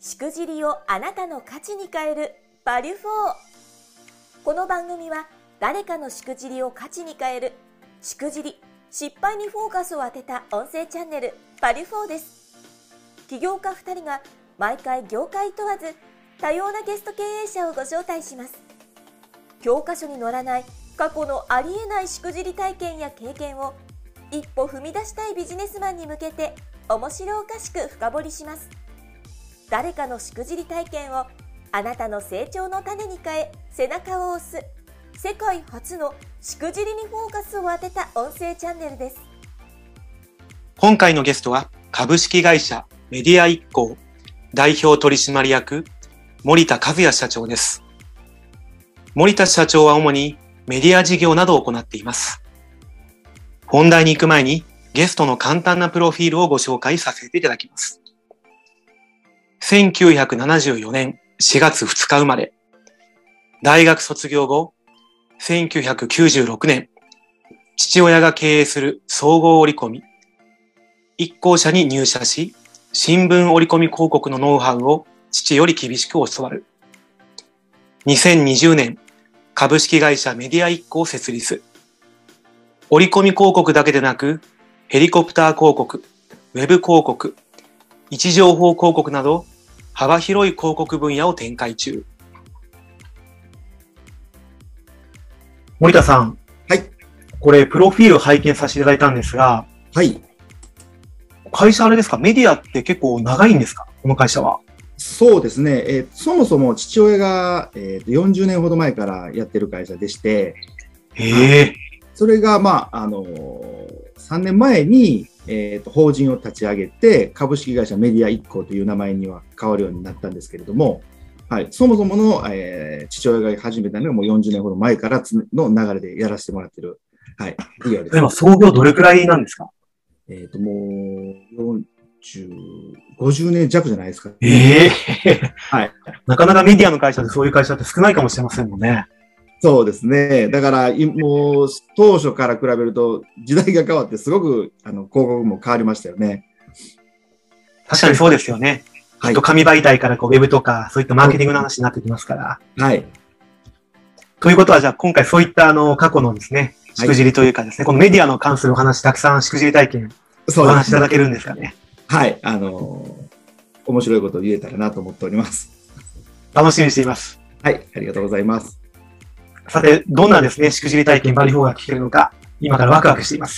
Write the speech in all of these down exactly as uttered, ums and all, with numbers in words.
しくじりをあなたの価値に変えるバリュフォー。この番組は誰かのしくじりを価値に変えるしくじり、失敗にフォーカスを当てた音声チャンネルバリュフォーです。起業家ふたりが毎回業界問わず多様なゲスト経営者をご招待します。教科書に載らない過去のありえないしくじり体験や経験を一歩踏み出したいビジネスマンに向けて面白おかしく深掘りします。誰かのしくじり体験をあなたの成長の種に変え背中を押す世界初のしくじりにフォーカスを当てた音声チャンネルです。 今回のゲストは株式会社メディア一行代表取締役森田和也社長です。森田社長は主にメディア事業などを行っています。本題に行く前にゲストの簡単なプロフィールをご紹介させていただきます。せんきゅうひゃくななじゅうよねんしがつふつか生まれ。大学卒業後、せんきゅうひゃくきゅうじゅうろくねん、父親が経営する総合折込一行社に入社し、新聞折込広告のノウハウを父より厳しく教わる。にせんにじゅうねん、株式会社メディア一行を設立。折込広告だけでなく、ヘリコプター広告、ウェブ広告、位置情報広告など、幅広い広告分野を展開中。森田さん。 はい。 これ、プロフィール拝見させていただいたんですが。 はい。 会社あれですか？メディアって結構長いんですか？この会社は。 そうですね。えー、そもそも父親が、えー、よんじゅうねんほど前からやってる会社でして。 へえ。 それが、まあ、あのー、さんねんまえに、えーと、法人を立ち上げて、株式会社メディア一行という名前には変わるようになったんですけれども、はい、そもそもの、えー、父親が始めたのはもうよんじゅうねんほど前からの流れでやらせてもらってる、はい、事業です。 今、創業どれくらいなんですか？ えっと、もう、よんじゅう、ごじゅうねん弱じゃないですか。 ええー。 はい。 なかなかメディアの会社でそういう会社って少ないかもしれませんもんね。 そうですね。だから、もう、当初から比べると、時代が変わって、すごく、あの、広告も変わりましたよね。 確かにそうですよね。はい。紙媒体からこう、ウェブとか、そういったマーケティングの話になってきますから。 はい。 ということは、じゃあ、今回そういった、あの、過去のですね、しくじりというかですね、はい、このメディアの関するお話、たくさんしくじり体験、お話しいただけるんですかね。 はい。あのー、面白いことを言えたらなと思っております。 楽しみにしています。 はい。ありがとうございます。 さて、どんなですね、しくじり体験バリフォーが聞けるのか、今からワクワクしています。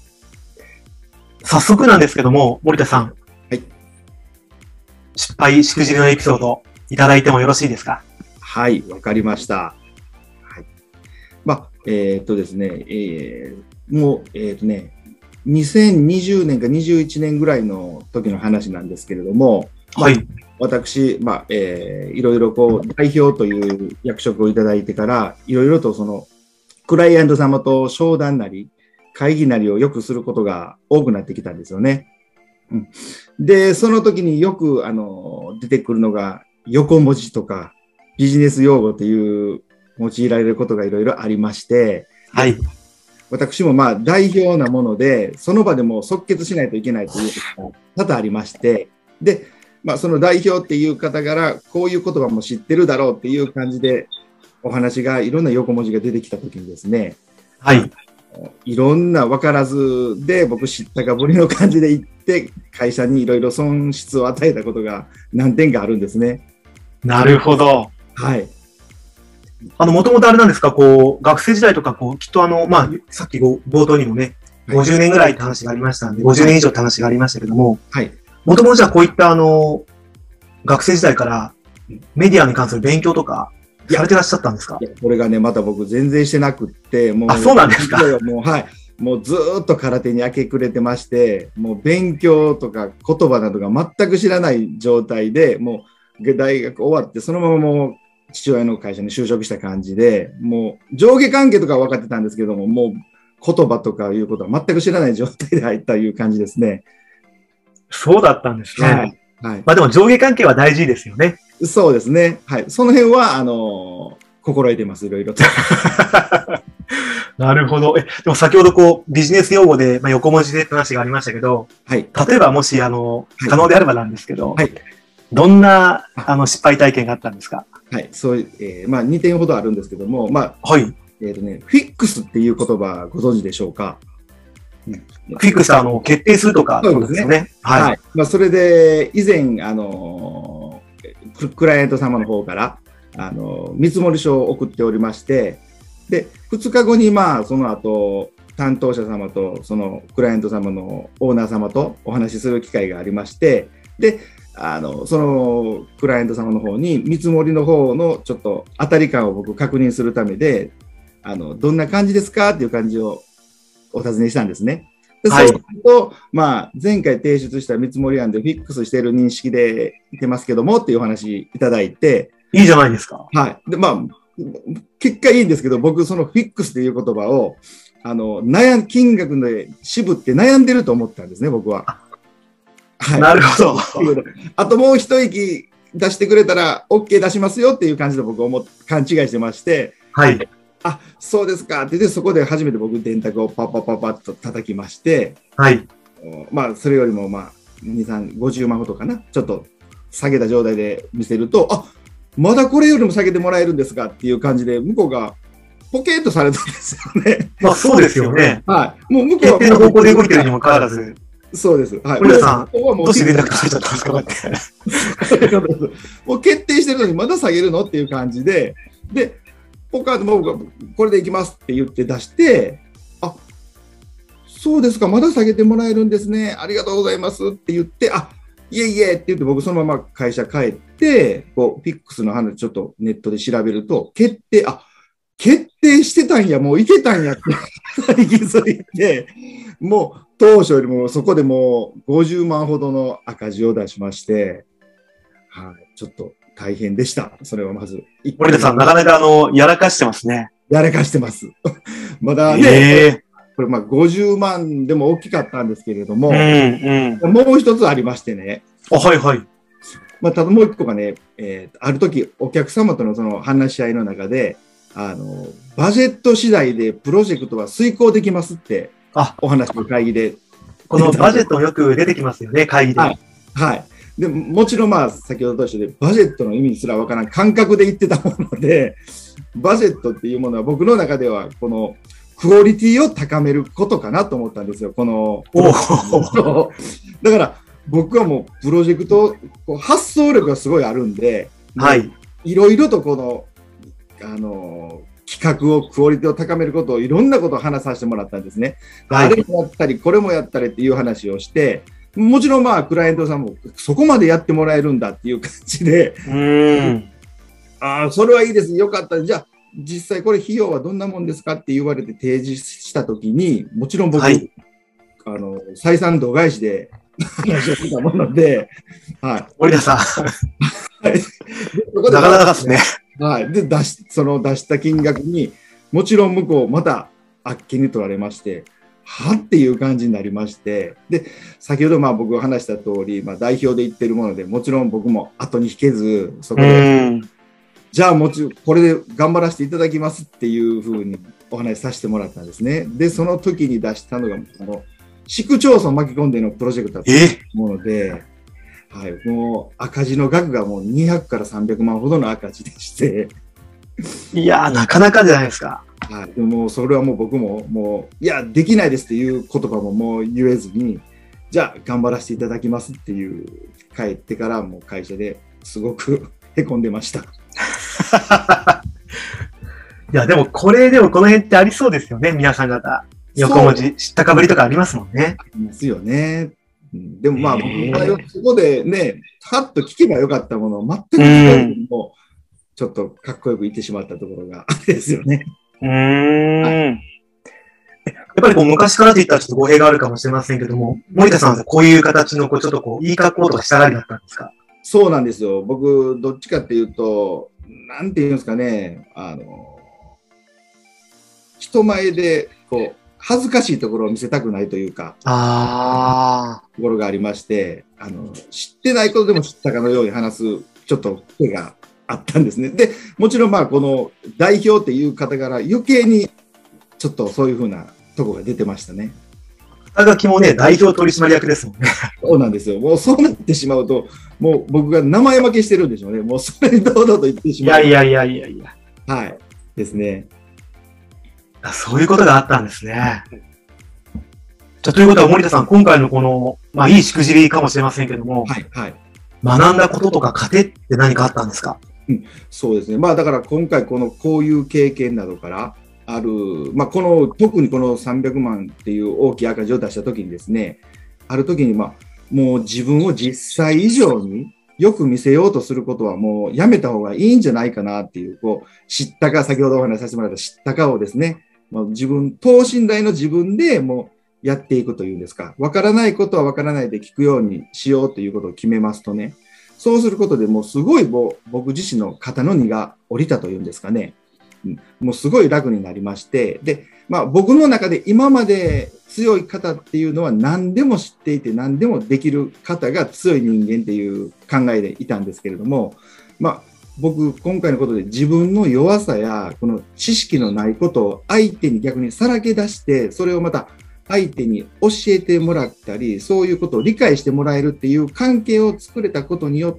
早速なんですけども、森田さん。 はい。 失敗しくじりのエピソード、いただいてもよろしいですか？ はい、わかりました。はい。まあ、えー、っとですね、えー、もう、えー、っとね、にせんにじゅうねんかにじゅういちねんぐらいの時の話なんですけれども、 はい。まあ私、まあ、えー、いろいろこう、代表という役職をいただいてから、いろいろとその、クライアント様と商談なり、会議なりをよくすることが多くなってきたんですよね。うん、で、その時によく、あの、出てくるのが、横文字とか、ビジネス用語という用いられることがいろいろありまして、 はい。 私もまあ、代表なもので、その場でも即決しないといけないということが多々ありまして、で、まあ、その代表っていう方からこういう言葉も知ってるだろうっていう感じでお話がいろんな横文字が出てきたときにですね、 はい。 いろんな分からずで僕知ったかぶりの感じで行って会社にいろいろ損失を与えたことが何点かあるんですね。 なるほど。 はい。 あの、もともとあれなんですか、こう、学生時代とか、こう、きっとあの、まあ、さっきご冒頭にもね、ごじゅうねんぐらいって話がありましたんで、ごじゅうねん以上って話がありましたけども、 はい。 もともとじゃあこういったあの、学生時代からメディアに関する勉強とかされてらっしゃったんですか？ いや、これがね、また僕全然してなくって、もう、 あ、そうなんですか？ もう、はい。もうずーっと空手に明け暮れてまして、もう勉強とか言葉などが全く知らない状態で、もう大学終わって、そのままもう父親の会社に就職した感じで、もう上下関係とかは分かってたんですけども、もう言葉とかいうことは全く知らない状態で入ったいう感じですね。 そうだったんですね。はい。 はい、 まあでも上下関係は大事ですよね。 そうですね。はい。その辺は、あのー、心得てます、いろいろと。 なるほど。え、でも先ほどこう、ビジネス用語で、まあ、横文字でって話がありましたけど、 はい。 例えばもし、あの、可能であればなんですけど、はい。 どんな、あの、失敗体験があったんですか？ はい、そういう、えー、まあにてんほどあるんですけども、まあ、 はい。 えっとね、フィックスっていう言葉ご存知でしょうか？ フィックス、あの、決定するとか、 そうですね。はい。はい、まあ、それで、以前、あの、クライアント様の方から、あの、見積書を送っておりまして、で、ふつかごに、まあ、その後、担当者様と、そのクライアント様のオーナー様とお話しする機会がありまして、で、あの、そのクライアント様の方に見積もりの方のちょっと当たり感を僕確認するためで、あの、どんな感じですかっていう感じをお尋ねしたんですね。で、はい、そうすると、まあ、前回提出した見積もり案でフィックスしている認識でいてますけどもっていうお話いただいて。 いいじゃないですか。 はい。で、まあ、結果いいんですけど、僕、そのフィックスっていう言葉を、あの、悩ん、金額で渋って悩んでると思ったんですね、僕は。 はい。なるほど。 あともう一息出してくれたら OK 出しますよっていう感じで僕思っ勘違いしてまして、 はい。 あ、そうですかって言って、そこで初めて僕電卓をパッパッパッパッと叩きまして、 はい。 まあ、それよりもまあ、に、さん、ごじゅうまんほどかな、ちょっと下げた状態で見せると、あ、まだこれよりも下げてもらえるんですかっていう感じで、向こうがポケーっとされたんですよね。 まあ、そうですよね。 はい。もう向こうは。 決定の方向で動いてるにもかかわらず。 そうです。はい。 森田さん、どうして連絡されちゃったんですかって。 もう決定してるのにまだ下げるのっていう感じで、で、ポカードもこれでいきますって言って出して、あ、そうですか、まだ下げてもらえるんですね。ありがとうございますって言って、あ、いえいえって言って僕そのまま会社帰って、こう、フィックスの話ちょっとネットで調べると、決定、あ、決定してたんや、もういけたんやって気づいて、もう当初よりもそこでもうごじゅうまんほどの赤字を出しまして、はい、ちょっと大変でした。それはまず。 森田さん、なかなかあの、やらかしてますね。 やらかしてます。まだね、えー、これまあごじゅうまんでも大きかったんですけれども、うんうん、もう一つありましてね。 あ、はいはい。 まあ、ただもう一個がね、えー、ある時お客様とのその話し合いの中で、あの、バジェット次第でプロジェクトは遂行できますって、あ、お話の会議で。 このバジェットよく出てきますよね、会議で。 はい。はい。でもちろんまあ、先ほどと一緒で、バジェットの意味すらわからん感覚で言ってたもので、バジェットっていうものは僕の中では、この、クオリティを高めることかなと思ったんですよ、この。だから、僕はもう、プロジェクト、こう発想力がすごいあるんで、 はい。 いろいろとこの、あの、企画を、クオリティを高めることを、いろんなことを話させてもらったんですね。はい、あれもやったり、これもやったりっていう話をして、もちろんまあ、クライアントさんもそこまでやってもらえるんだっていう感じで、 うん。 ああ、それはいいです。よかった。じゃあ、実際これ費用はどんなもんですかって言われて提示したときに、もちろん僕、はい、あの、採算度外視で話をしたもので、はい。 森田さん。はい。なかなかですね。 はい。で、出し、その出した金額に、もちろん向こう、また、あっけに取られまして、はっていう感じになりまして、で、先ほどまあ僕が話した通り、まあ代表で言ってるもので、もちろん僕も後に引けず、そこで、じゃあもちろんこれで頑張らせていただきますっていうふうにお話しさせてもらったんですね。で、その時に出したのが、あの、市区町村巻き込んでのプロジェクトだったもので、はい、もう赤字の額がもうにひゃくからさんびゃくまんほどの赤字でして。 いやー、なかなかじゃないですか。 はい、でもそれはもう僕ももういやできないですっていう言葉ももう言えずに、じゃあ頑張らせていただきますっていう帰ってからもう会社ですごくへこんでました。いやでもこれでもこの辺ってありそうですよね、皆さん方。横文字知ったかぶりとかありますもんね。 ありますよね。でもまあ、僕はそこでね、はっと聞けばよかったものを全く聞かずにもちょっとかっこよく言ってしまったところがあれですよね。 うーん、はい、やっぱりこう昔からって言ったらちょっと語弊があるかもしれませんけども、森田さんはこういう形のこうちょっとこう言い書こうとしたがりだったんですか？ そうなんですよ。僕、どっちかっていうと、なんていうんですかね、あの、人前でこう、恥ずかしいところを見せたくないというか、 あところがありまして、あの、知ってないことでも知ったかのように話す、ちょっと手があったんですね。で、もちろんまあ、この代表っていう方から余計に、ちょっとそういうふうなところが出てましたね。 肩書きもね、代表取締役ですもんね。 そうなんですよ。もうそうなってしまうと、もう僕が名前負けしてるんでしょうね。もうそれに堂々と言ってしまう。 いやいやいやいやいや。 はい。ですね。 そういうことがあったんですね。じゃということは森田さん、今回のこの、まあいいしくじりかもしれませんけども、 はい、はい。 学んだこととか糧って何かあったんですか？ うん、そうですね。まあだから今回このこういう経験などからある、まあこの特にこのさんびゃくまんっていう大きい赤字を出した時にですね、ある時にまあもう自分を実際以上によく見せようとすることはもうやめた方がいいんじゃないかなっていう、こう知ったか、先ほどお話しさせてもらった知ったかをですね、もう自分、等身大の自分でもうやっていくというんですか、わからないことはわからないで聞くようにしようということを決めますとね、そうすることでもうすごいもう僕自身の肩の荷が下りたというんですかね、もうすごい楽になりまして、で、まあ僕の中で今まで強い方っていうのは何でも知っていて何でもできる方が強い人間っていう考えでいたんですけれども、まあ僕今回のことで自分の弱さやこの知識のないことを相手に逆にさらけ出して、それをまた相手に教えてもらったり、そういうことを理解してもらえるっていう関係を作れたことによって、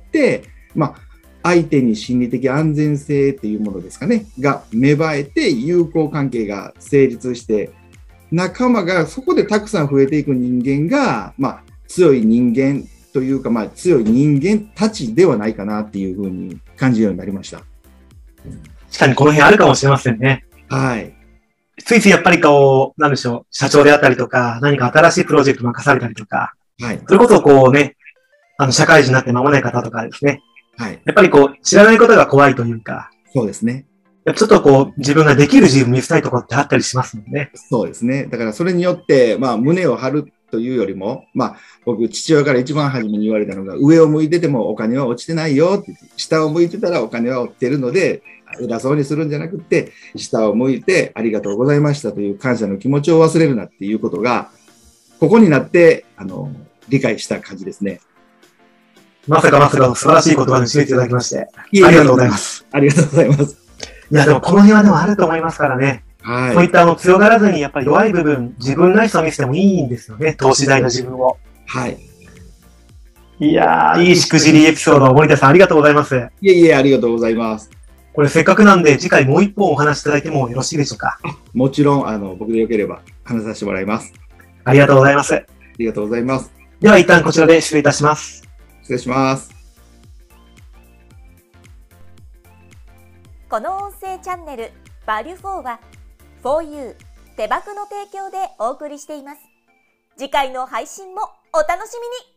まあ、相手に心理的安全性っていうものですかね、が芽生えて友好関係が成立して、仲間がそこでたくさん増えていく人間が、まあ、強い人間というか、まあ、強い人間たちではないかなっていうふうに感じるようになりました。 確かにこの辺あるかもしれませんね。 はい。 ついついやっぱりこう、なんでしょう、社長であったりとか、何か新しいプロジェクト任されたりとか、 はい。 それこそこうね、あの、社会人になって間もない方とかですね。 はい。 やっぱりこう、知らないことが怖いというか、 そうですね。 やっぱちょっとこう、自分ができる自分見せたいところってあったりしますもんね。 そうですね。だからそれによって、まあ、胸を張るというよりも、まあ、僕、父親から一番初めに言われたのが、上を向いててもお金は落ちてないよって、下を向いてたらお金は落ちてるので、偉そうにするんじゃなくて、下を向いてありがとうございましたという感謝の気持ちを忘れるなっていうことが、ここになって、あの、理解した感じですね。 まさかまさかの素晴らしい言葉に教えていただきまして、ありがとうございます。 ありがとうございます。 いや、でもこの辺はでもあると思いますからね。 はい。 そういったあの強がらずにやっぱり弱い部分、自分らしさを見せてもいいんですよね。投資大の自分を。 はい。 いやー、いいしくじりエピソード、森田さんありがとうございます。 いえいえ、ありがとうございます。 これせっかくなんで次回もう一本お話しいただいてもよろしいでしょうか。 もちろん、あの、僕でよければ話させてもらいます。 ありがとうございます。ありがとうございます。 では一旦こちらで失礼いたします。 失礼します。 この音声チャンネルバリュフォーは フォーユー 手箱の提供でお送りしています。次回の配信もお楽しみに。